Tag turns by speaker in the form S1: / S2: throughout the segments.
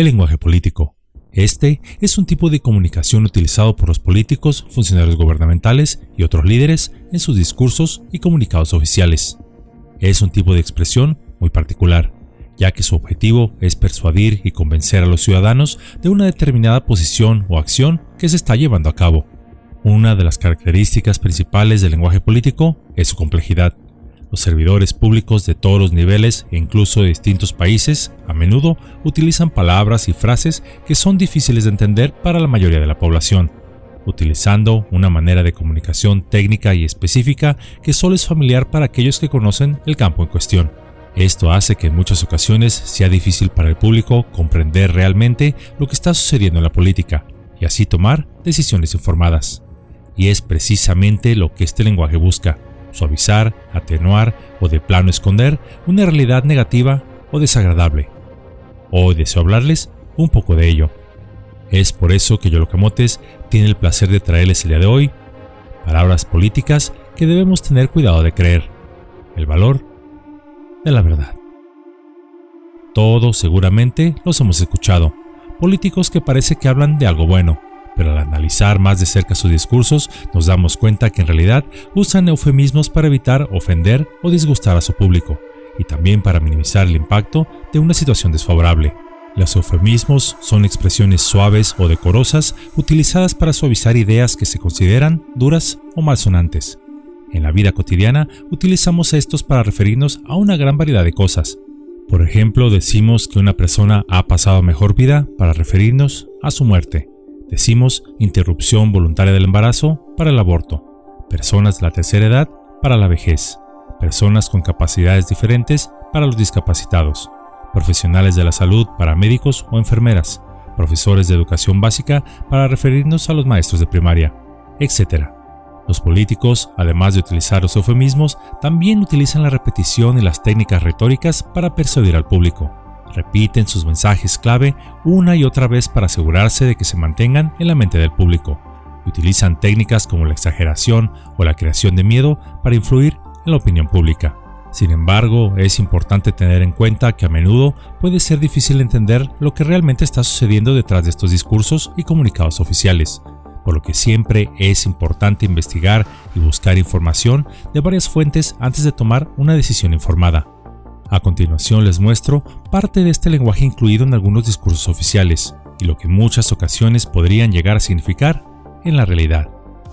S1: El lenguaje político. Este es un tipo de comunicación utilizado por los políticos, funcionarios gubernamentales y otros líderes en sus discursos y comunicados oficiales. Es un tipo de expresión muy particular, ya que su objetivo es persuadir y convencer a los ciudadanos de una determinada posición o acción que se está llevando a cabo. Una de las características principales del lenguaje político es su complejidad. Los servidores públicos de todos los niveles e incluso de distintos países a menudo utilizan palabras y frases que son difíciles de entender para la mayoría de la población, utilizando una manera de comunicación técnica y específica que solo es familiar para aquellos que conocen el campo en cuestión. Esto hace que en muchas ocasiones sea difícil para el público comprender realmente lo que está sucediendo en la política y así tomar decisiones informadas. Y es precisamente lo que este lenguaje busca: suavizar, atenuar o de plano esconder una realidad negativa o desagradable. Hoy deseo hablarles un poco de ello. Es por eso que Yolo Camotes tiene el placer de traerles el día de hoy palabras políticas que debemos tener cuidado de creer: el valor de la verdad. Todos seguramente los hemos escuchado, políticos que parece que hablan de algo bueno, pero al analizar más de cerca sus discursos nos damos cuenta que en realidad usan eufemismos para evitar ofender o disgustar a su público, y también para minimizar el impacto de una situación desfavorable. Los eufemismos son expresiones suaves o decorosas utilizadas para suavizar ideas que se consideran duras o malsonantes. En la vida cotidiana utilizamos estos para referirnos a una gran variedad de cosas. Por ejemplo, decimos que una persona ha pasado mejor vida para referirnos a su muerte. Decimos interrupción voluntaria del embarazo para el aborto, personas de la tercera edad para la vejez, personas con capacidades diferentes para los discapacitados, profesionales de la salud para médicos o enfermeras, profesores de educación básica para referirnos a los maestros de primaria, etc. Los políticos, además de utilizar los eufemismos, también utilizan la repetición y las técnicas retóricas para persuadir al público. Repiten sus mensajes clave una y otra vez para asegurarse de que se mantengan en la mente del público. Utilizan técnicas como la exageración o la creación de miedo para influir en la opinión pública. Sin embargo, es importante tener en cuenta que a menudo puede ser difícil entender lo que realmente está sucediendo detrás de estos discursos y comunicados oficiales, por lo que siempre es importante investigar y buscar información de varias fuentes antes de tomar una decisión informada. A continuación les muestro parte de este lenguaje incluido en algunos discursos oficiales y lo que en muchas ocasiones podrían llegar a significar en la realidad.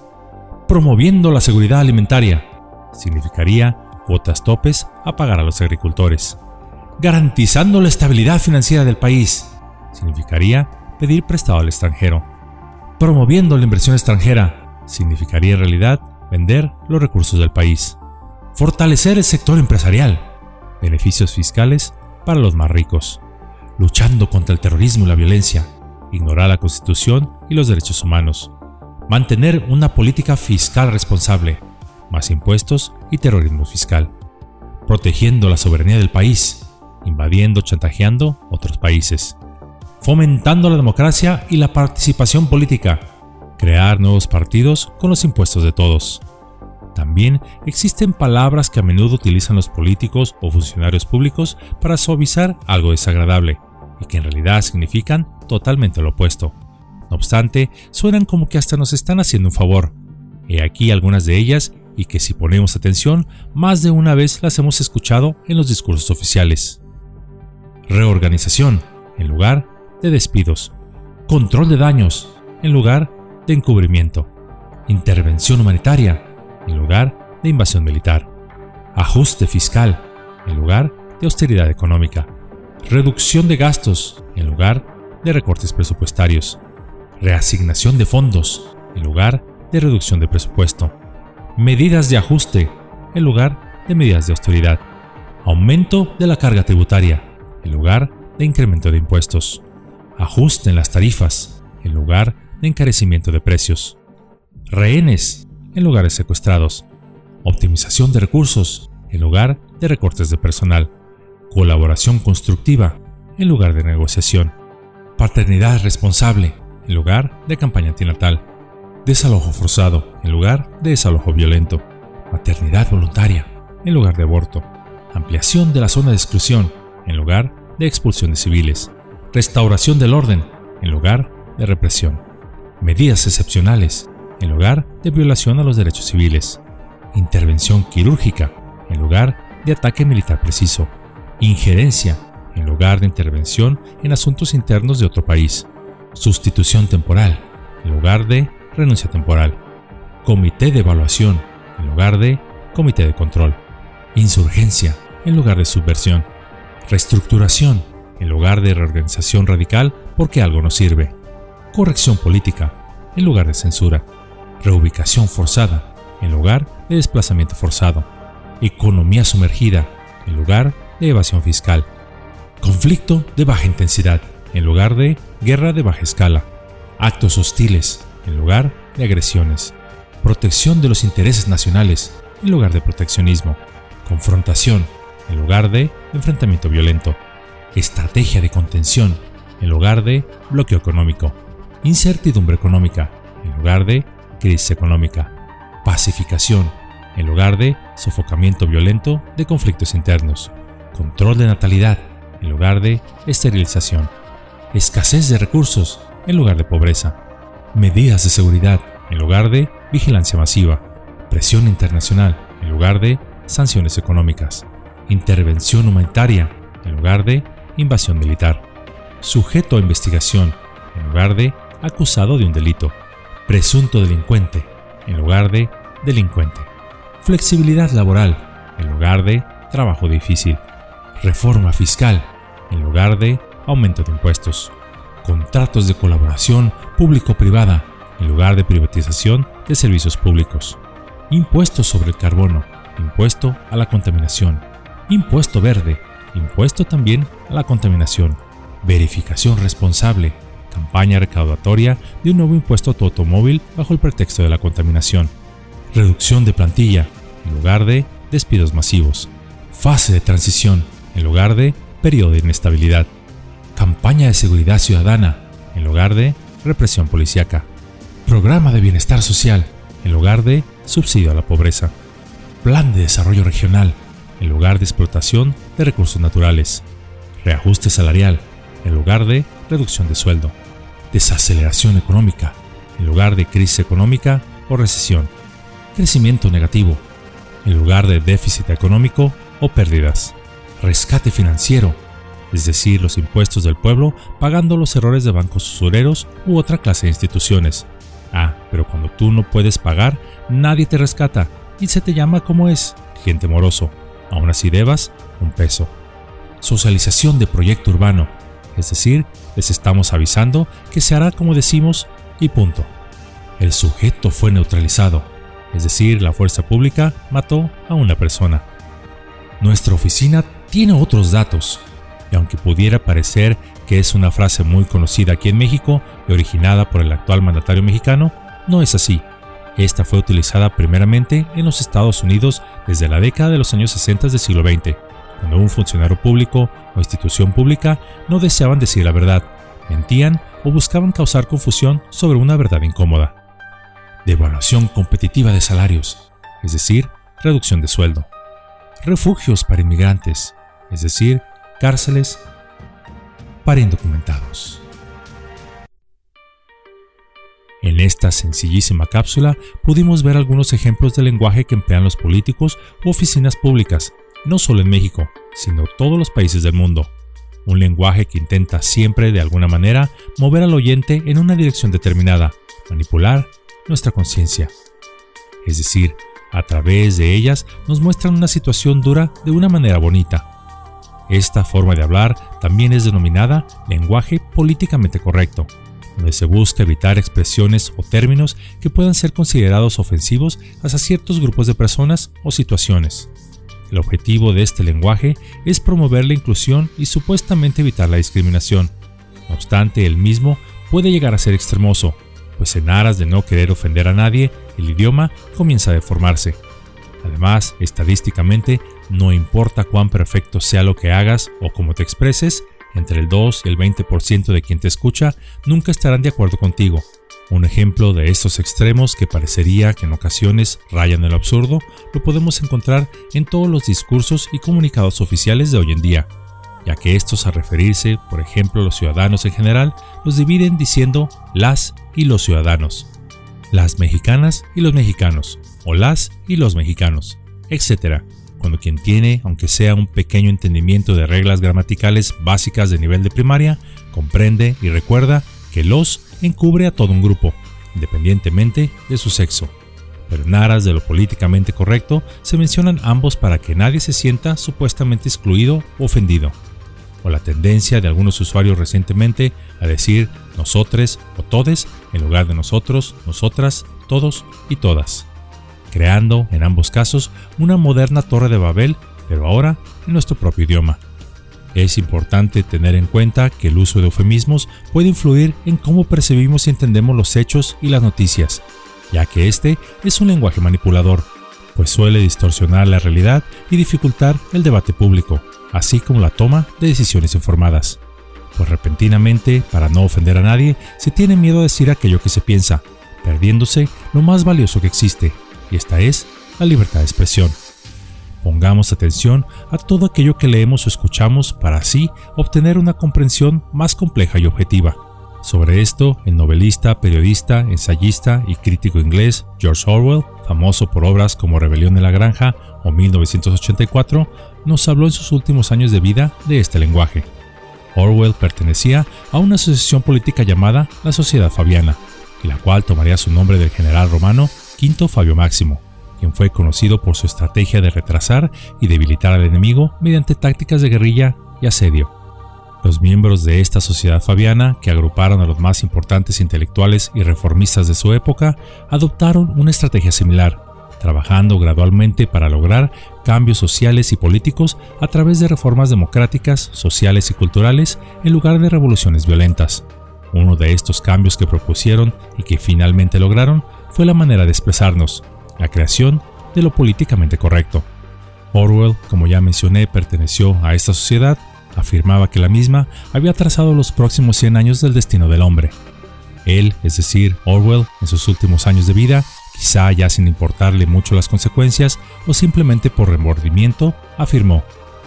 S1: Promoviendo la seguridad alimentaria significaría cuotas topes a pagar a los agricultores. Garantizando la estabilidad financiera del país significaría pedir prestado al extranjero. Promoviendo la inversión extranjera significaría en realidad vender los recursos del país. Fortalecer el sector empresarial. Beneficios fiscales para los más ricos. Luchando contra el terrorismo y la violencia. Ignorar la Constitución y los derechos humanos. Mantener una política fiscal responsable. Más impuestos y terrorismo fiscal. Protegiendo la soberanía del país. Invadiendo, chantajeando otros países. Fomentando la democracia y la participación política. Crear nuevos partidos con los impuestos de todos. También existen palabras que a menudo utilizan los políticos o funcionarios públicos para suavizar algo desagradable y que en realidad significan totalmente lo opuesto. No obstante, suenan como que hasta nos están haciendo un favor. He aquí algunas de ellas y que si ponemos atención, más de una vez las hemos escuchado en los discursos oficiales. Reorganización en lugar de despidos. Control de daños en lugar de encubrimiento. Intervención humanitaria en lugar de invasión militar. Ajuste fiscal en lugar de austeridad económica. Reducción de gastos en lugar de recortes presupuestarios. Reasignación de fondos en lugar de reducción de presupuesto. Medidas de ajuste en lugar de medidas de austeridad. Aumento de la carga tributaria en lugar de incremento de impuestos. Ajuste en las tarifas en lugar de encarecimiento de precios. Rehenes en lugar de secuestrados. Optimización de recursos en lugar de recortes de personal. Colaboración constructiva en lugar de negociación. Paternidad responsable en lugar de campaña antinatal. Desalojo forzado en lugar de desalojo violento. Maternidad voluntaria en lugar de aborto. Ampliación de la zona de exclusión en lugar de expulsión de civiles. restauración del orden en lugar de represión, medidas excepcionales en lugar de violación a los derechos civiles, intervención quirúrgica en lugar de ataque militar preciso, injerencia en lugar de intervención en asuntos internos de otro país, sustitución temporal en lugar de renuncia temporal, comité de evaluación en lugar de comité de control, insurgencia en lugar de subversión, reestructuración en lugar de reorganización radical porque algo no sirve, corrección política en lugar de censura, reubicación forzada en lugar de desplazamiento forzado, economía sumergida en lugar de evasión fiscal, conflicto de baja intensidad en lugar de guerra de baja escala, actos hostiles en lugar de agresiones, protección de los intereses nacionales en lugar de proteccionismo, confrontación en lugar de enfrentamiento violento, estrategia de contención en lugar de bloqueo económico, incertidumbre económica en lugar de crisis económica, pacificación en lugar de sofocamiento violento de conflictos internos, control de natalidad en lugar de esterilización, escasez de recursos en lugar de pobreza, medidas de seguridad en lugar de vigilancia masiva, presión internacional en lugar de sanciones económicas, intervención humanitaria en lugar de invasión militar, sujeto a investigación en lugar de acusado de un delito, presunto delincuente en lugar de delincuente, flexibilidad laboral en lugar de trabajo difícil, reforma fiscal en lugar de aumento de impuestos, contratos de colaboración público-privada en lugar de privatización de servicios públicos, impuesto sobre el carbono, impuesto a la contaminación, impuesto verde, impuesto también a la contaminación, verificación responsable, campaña recaudatoria de un nuevo impuesto a tu automóvil bajo el pretexto de la contaminación, reducción de plantilla en lugar de despidos masivos, fase de transición en lugar de periodo de inestabilidad, campaña de seguridad ciudadana en lugar de represión policíaca, programa de bienestar social en lugar de subsidio a la pobreza, plan de desarrollo regional en lugar de explotación de recursos naturales, reajuste salarial en lugar de reducción de sueldo, desaceleración económica en lugar de crisis económica o recesión, crecimiento negativo en lugar de déficit económico o pérdidas, rescate financiero, es decir, los impuestos del pueblo pagando los errores de bancos usureros u otra clase de instituciones. Pero cuando tú no puedes pagar, nadie te rescata y se te llama como es, cliente moroso. Aún así debas un peso. Socialización de proyecto urbano, es decir, les estamos avisando que se hará como decimos y punto. El sujeto fue neutralizado, es decir, la fuerza pública mató a una persona. Nuestra oficina tiene otros datos, y aunque pudiera parecer que es una frase muy conocida aquí en México y originada por el actual mandatario mexicano, no es así. Esta fue utilizada primeramente en los Estados Unidos desde la década de los años 60 del siglo XX, cuando un funcionario público o institución pública no deseaban decir la verdad, mentían o buscaban causar confusión sobre una verdad incómoda. Devaluación competitiva de salarios, es decir, reducción de sueldo. Refugios para inmigrantes, es decir, cárceles para indocumentados. En esta sencillísima cápsula pudimos ver algunos ejemplos del lenguaje que emplean los políticos u oficinas públicas, no solo en México, sino en todos los países del mundo. Un lenguaje que intenta siempre, de alguna manera, mover al oyente en una dirección determinada, manipular nuestra conciencia. Es decir, a través de ellas nos muestran una situación dura de una manera bonita. Esta forma de hablar también es denominada lenguaje políticamente correcto, donde se busca evitar expresiones o términos que puedan ser considerados ofensivos hacia ciertos grupos de personas o situaciones. El objetivo de este lenguaje es promover la inclusión y supuestamente evitar la discriminación. No obstante, el mismo puede llegar a ser extremoso, pues en aras de no querer ofender a nadie, el idioma comienza a deformarse. Además, estadísticamente, no importa cuán perfecto sea lo que hagas o cómo te expreses, entre el 2 y el 20% de quien te escucha nunca estarán de acuerdo contigo. Un ejemplo de estos extremos que parecería que en ocasiones rayan en lo absurdo, lo podemos encontrar en todos los discursos y comunicados oficiales de hoy en día. ya que estos, al referirse, por ejemplo, a los ciudadanos en general, los dividen diciendo las y los ciudadanos, las mexicanas y los mexicanos, o las y los mexicanos, etc., cuando quien tiene, aunque sea un pequeño entendimiento de reglas gramaticales básicas de nivel de primaria, comprende y recuerda que los encubre a todo un grupo, independientemente de su sexo. Pero en aras de lo políticamente correcto, se mencionan ambos para que nadie se sienta supuestamente excluido o ofendido. O la tendencia de algunos usuarios recientemente a decir nosotres o todes en lugar de nosotros, nosotras, todos y todas, creando, en ambos casos, una moderna torre de Babel, pero ahora en nuestro propio idioma. Es importante tener en cuenta que el uso de eufemismos puede influir en cómo percibimos y entendemos los hechos y las noticias, ya que este es un lenguaje manipulador, pues suele distorsionar la realidad y dificultar el debate público, así como la toma de decisiones informadas. Pues repentinamente, para no ofender a nadie, se tiene miedo a decir aquello que se piensa, perdiéndose lo más valioso que existe, y esta es la libertad de expresión. Pongamos atención a todo aquello que leemos o escuchamos para así obtener una comprensión más compleja y objetiva. Sobre esto, el novelista, periodista, ensayista y crítico inglés George Orwell, famoso por obras como Rebelión en la Granja o 1984, nos habló en sus últimos años de vida de este lenguaje. Orwell pertenecía a una asociación política llamada la Sociedad Fabiana, y la cual tomaría su nombre del general romano Quinto Fabio Máximo, quien fue conocido por su estrategia de retrasar y debilitar al enemigo mediante tácticas de guerrilla y asedio. Los miembros de esta sociedad fabiana, que agruparon a los más importantes intelectuales y reformistas de su época, adoptaron una estrategia similar, trabajando gradualmente para lograr cambios sociales y políticos a través de reformas democráticas, sociales y culturales en lugar de revoluciones violentas. Uno de estos cambios que propusieron y que finalmente lograron fue la manera de expresarnos, la creación de lo políticamente correcto. Orwell, como ya mencioné, perteneció a esta sociedad. Afirmaba que la misma había trazado los próximos 100 años del destino del hombre. Él, es decir, Orwell, en sus últimos años de vida, quizá ya sin importarle mucho las consecuencias o simplemente por remordimiento, afirmó: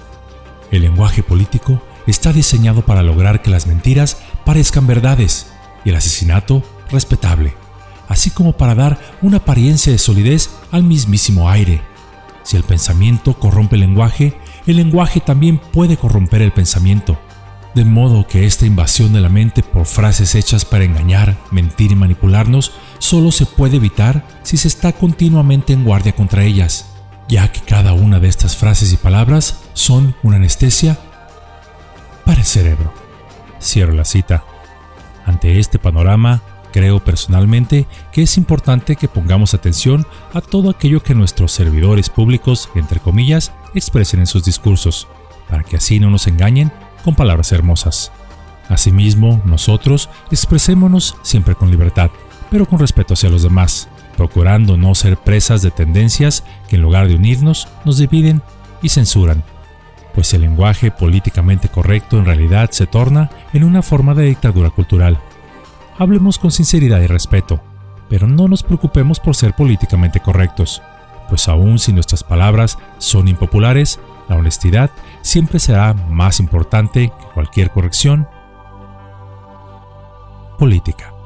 S1: el lenguaje político está diseñado para lograr que las mentiras parezcan verdades y el asesinato respetable, así como para dar una apariencia de solidez al mismísimo aire. Si el pensamiento corrompe el lenguaje también puede corromper el pensamiento, de modo que esta invasión de la mente por frases hechas para engañar, mentir y manipularnos solo se puede evitar si se está continuamente en guardia contra ellas, ya que cada una de estas frases y palabras son una anestesia para el cerebro. Cierro la cita. Ante este panorama, creo personalmente que es importante que pongamos atención a todo aquello que nuestros servidores públicos, entre comillas, expresen en sus discursos, para que así no nos engañen con palabras hermosas. Asimismo, nosotros expresémonos siempre con libertad, pero con respeto hacia los demás, procurando no ser presas de tendencias que en lugar de unirnos, nos dividen y censuran, pues el lenguaje políticamente correcto en realidad se torna en una forma de dictadura cultural. Hablemos con sinceridad y respeto, pero no nos preocupemos por ser políticamente correctos, pues aun si nuestras palabras son impopulares, la honestidad siempre será más importante que cualquier corrección política.